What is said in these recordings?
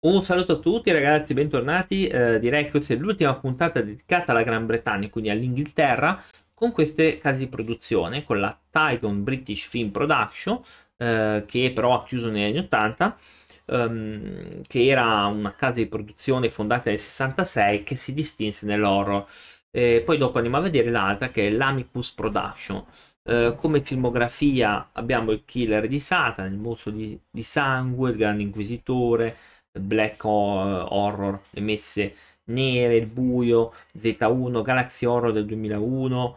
Un saluto a tutti ragazzi, bentornati. Direi che questa è l'ultima puntata dedicata alla Gran Bretagna, quindi all'Inghilterra, con queste case di produzione, con la Tygon British Film Production, che però ha chiuso negli anni 80, che era una casa di produzione fondata nel 66 che si distinse nell'horror. Poi dopo andiamo a vedere l'altra che è l'Amicus Production. Come filmografia abbiamo il Killer di Satan, il mostro di sangue, il Grande Inquisitore, Horror, Le Messe Nere, Il Buio, Z1, Galaxy Horror del 2001,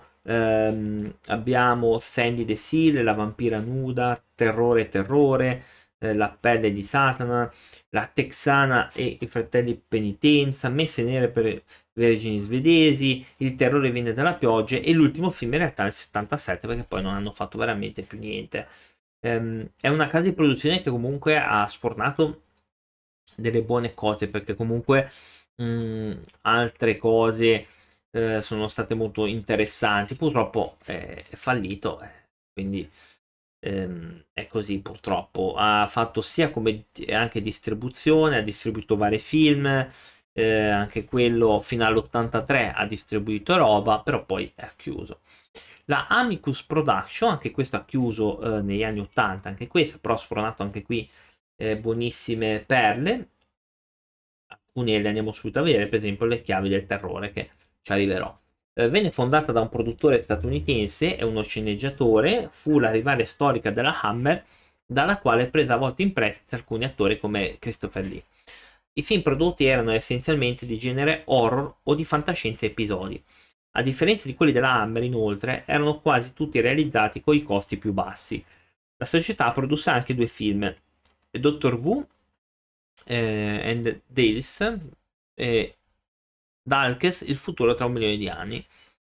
abbiamo Sandy the Seal, La Vampira Nuda, Terrore Terrore, La Pelle di Satana, La Texana e i Fratelli Penitenza, Messe Nere per Vergini Svedesi, Il Terrore viene dalla pioggia e l'ultimo film in realtà è il 77 perché poi non hanno fatto veramente più niente. È una casa di produzione che comunque ha sfornato delle buone cose perché comunque altre cose sono state molto interessanti. Purtroppo è fallito, quindi è così purtroppo. Ha fatto sia come anche distribuzione, ha distribuito vari film, anche quello fino all'83 ha distribuito roba, però poi è chiuso. La Amicus Production, anche questo ha chiuso negli anni 80, anche questo, però ha sfornato anche qui buonissime perle. Alcune le andiamo subito a vedere, per esempio Le chiavi del terrore, che ci arriverò. Venne fondata da un produttore statunitense e uno sceneggiatore, fu la rivale storica della Hammer, dalla quale prese a volte in prestito alcuni attori come Christopher Lee. I film prodotti erano essenzialmente di genere horror o di fantascienza episodi. A differenza di quelli della Hammer, inoltre, erano quasi tutti realizzati con i costi più bassi. La società produsse anche due film, Doctor Who and Dales e Dalkes, il futuro tra 1 milione di anni,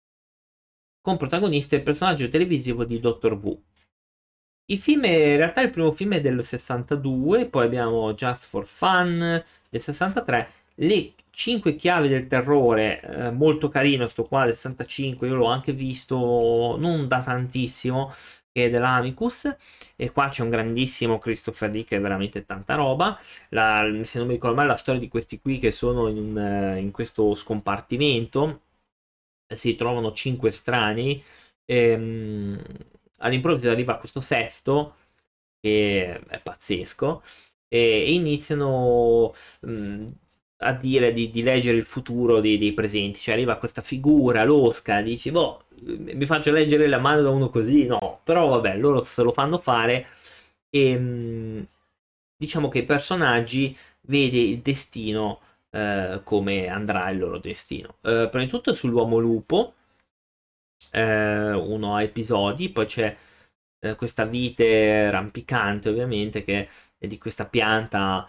con protagonista il personaggio televisivo di Doctor Who. I film, in realtà il primo film è del 62, poi abbiamo Just for Fun del 63, le 5 chiavi del terrore, molto carino sto qua del 65, io l'ho anche visto non da tantissimo, che è dell'Amicus, e qua c'è un grandissimo Christopher Lee che è veramente tanta roba. Se non mi ricordo male la storia di questi qui che sono in questo scompartimento, si trovano 5 strani, ehm, all'improvviso arriva questo sesto che è pazzesco e iniziano a dire di leggere il futuro dei presenti, cioè arriva questa figura losca, dici boh, mi faccio leggere la mano da uno così, no, però vabbè, loro se lo fanno fare e diciamo che i personaggi vede il destino, come andrà il loro destino. Prima di tutto sull'uomo lupo, uno a episodi, poi c'è questa vite rampicante ovviamente che è di questa pianta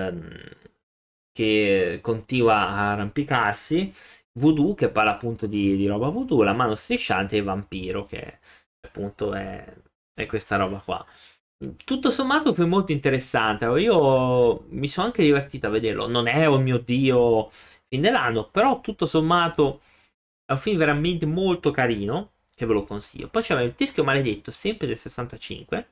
che continua a arrampicarsi, Voodoo che parla appunto di roba voodoo, la mano strisciante e il vampiro che appunto è questa roba qua. Tutto sommato fu molto interessante, io mi sono anche divertito a vederlo, non è oh mio dio fin dell'anno, però tutto sommato è un film veramente molto carino, che ve lo consiglio. Poi c'era Il Teschio Maledetto, sempre del 65,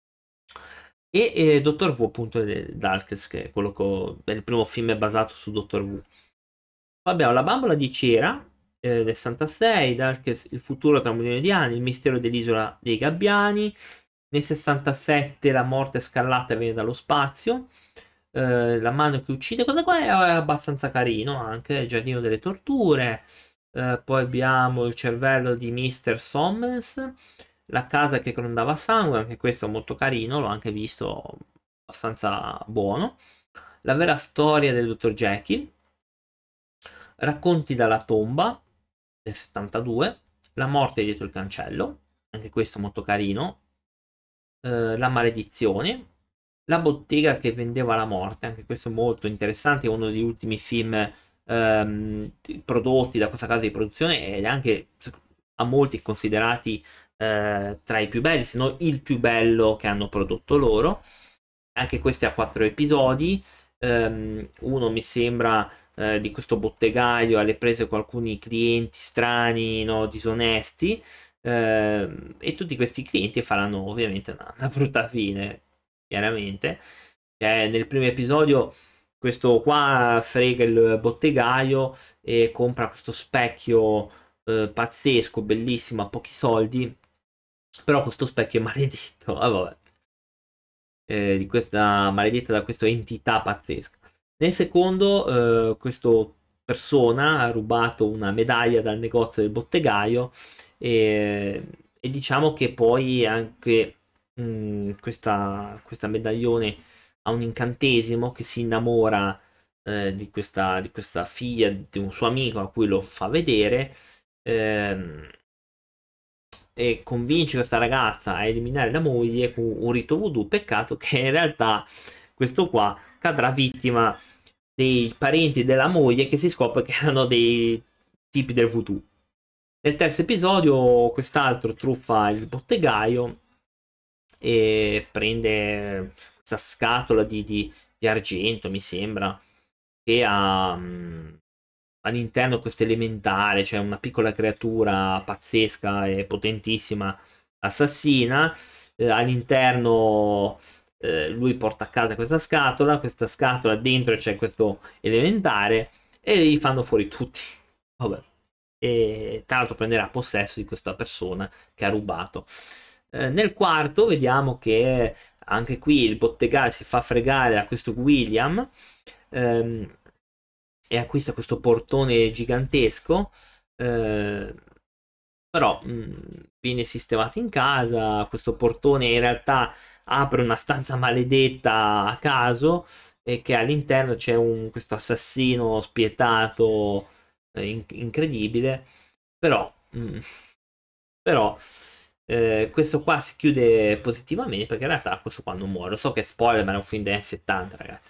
e Dottor Who, appunto, Darkest, che è quello che il primo film è basato su Dottor Who. Poi abbiamo La Bambola di Cera, del 66, Darkest, Il futuro tra 1 milione di anni, Il mistero dell'isola dei gabbiani, nel 67 La morte scarlatta viene dallo spazio, La mano che uccide, cosa qua è abbastanza carino anche, Il giardino delle torture, poi abbiamo Il cervello di Mr. Sommers, La casa che grondava sangue, anche questo molto carino, l'ho anche visto, abbastanza buono. La vera storia del dottor Jekyll, Racconti dalla tomba del 72, La morte dietro il cancello, anche questo molto carino, La maledizione, La bottega che vendeva la morte, anche questo è molto interessante, è uno degli ultimi film prodotti da questa casa di produzione ed è anche a molti considerati tra i più belli, se non il più bello che hanno prodotto loro. Anche questo ha 4 episodi, uno mi sembra di questo bottegaio alle prese con alcuni clienti strani, no, disonesti, e tutti questi clienti faranno ovviamente una brutta fine, chiaramente. Nel primo episodio questo qua frega il bottegaio e compra questo specchio pazzesco, bellissimo, a pochi soldi, però questo specchio è maledetto. Ah, vabbè. Di questa maledetta da questa entità pazzesca. Nel secondo, questo persona ha rubato una medaglia dal negozio del bottegaio e diciamo che poi anche questa medaglione ha un incantesimo che si innamora di questa figlia di un suo amico a cui lo fa vedere. ehm, e convince questa ragazza a eliminare la moglie con un rito voodoo. Peccato che in realtà questo qua cadrà vittima dei parenti della moglie, che si scopre che erano dei tipi del voodoo. Nel terzo episodio quest'altro truffa il bottegaio e prende questa scatola di argento, mi sembra, che ha all'interno questo elementare, cioè una piccola creatura pazzesca e potentissima, assassina. All'interno lui porta a casa questa scatola dentro c'è questo elementare e li fanno fuori tutti. Vabbè. E tra l'altro prenderà possesso di questa persona che ha rubato. Nel quarto vediamo che anche qui il bottegaio si fa fregare da questo William ehm, e acquista questo portone gigantesco. eh, Però viene sistemato in casa. Questo portone in realtà apre una stanza maledetta a caso e che all'interno c'è questo assassino spietato incredibile. Però, però questo qua si chiude positivamente perché in realtà questo qua non muore. Lo so che è spoiler, ma è un film degli anni 70, ragazzi.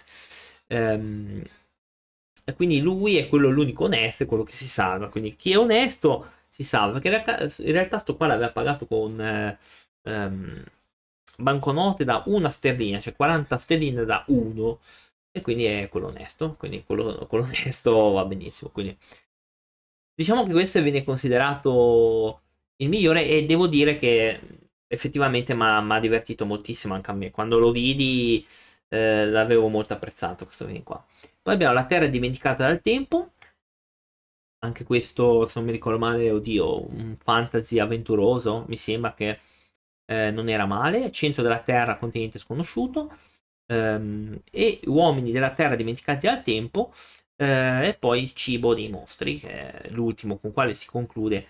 E quindi lui è quello l'unico onesto, è quello che si salva. Quindi chi è onesto si salva. Perché in realtà sto qua l'aveva pagato con ehm, banconote da una sterlina, cioè 40 sterline da uno. E quindi è quello onesto. Quindi quello onesto va benissimo. Quindi diciamo che questo viene considerato il migliore e devo dire che effettivamente mi ha divertito moltissimo anche a me. Quando lo vidi l'avevo molto apprezzato questo film qua. Poi abbiamo La Terra dimenticata dal tempo. Anche questo, se non mi ricordo male, oddio, un fantasy avventuroso. Mi sembra che non era male. Centro della Terra, continente sconosciuto. E Uomini della Terra dimenticati dal tempo. E poi Il cibo dei mostri, che è l'ultimo con quale si conclude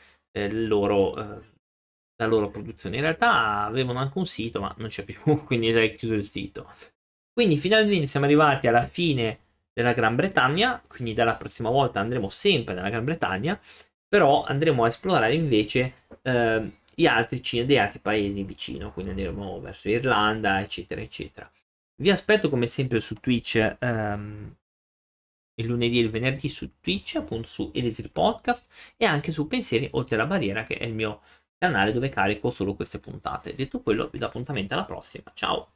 la loro produzione. In realtà avevano anche un sito, ma non c'è più, quindi è chiuso il sito. Quindi finalmente siamo arrivati alla fine della Gran Bretagna, quindi dalla prossima volta andremo sempre nella Gran Bretagna, però andremo a esplorare invece gli altri degli altri paesi vicino, quindi andremo verso Irlanda, eccetera, eccetera. Vi aspetto come sempre su Twitch il lunedì e il venerdì su Twitch, appunto su Elisir Podcast e anche su Pensieri Oltre la Barriera, che è il mio canale dove carico solo queste puntate. Detto quello, vi do appuntamento alla prossima. Ciao!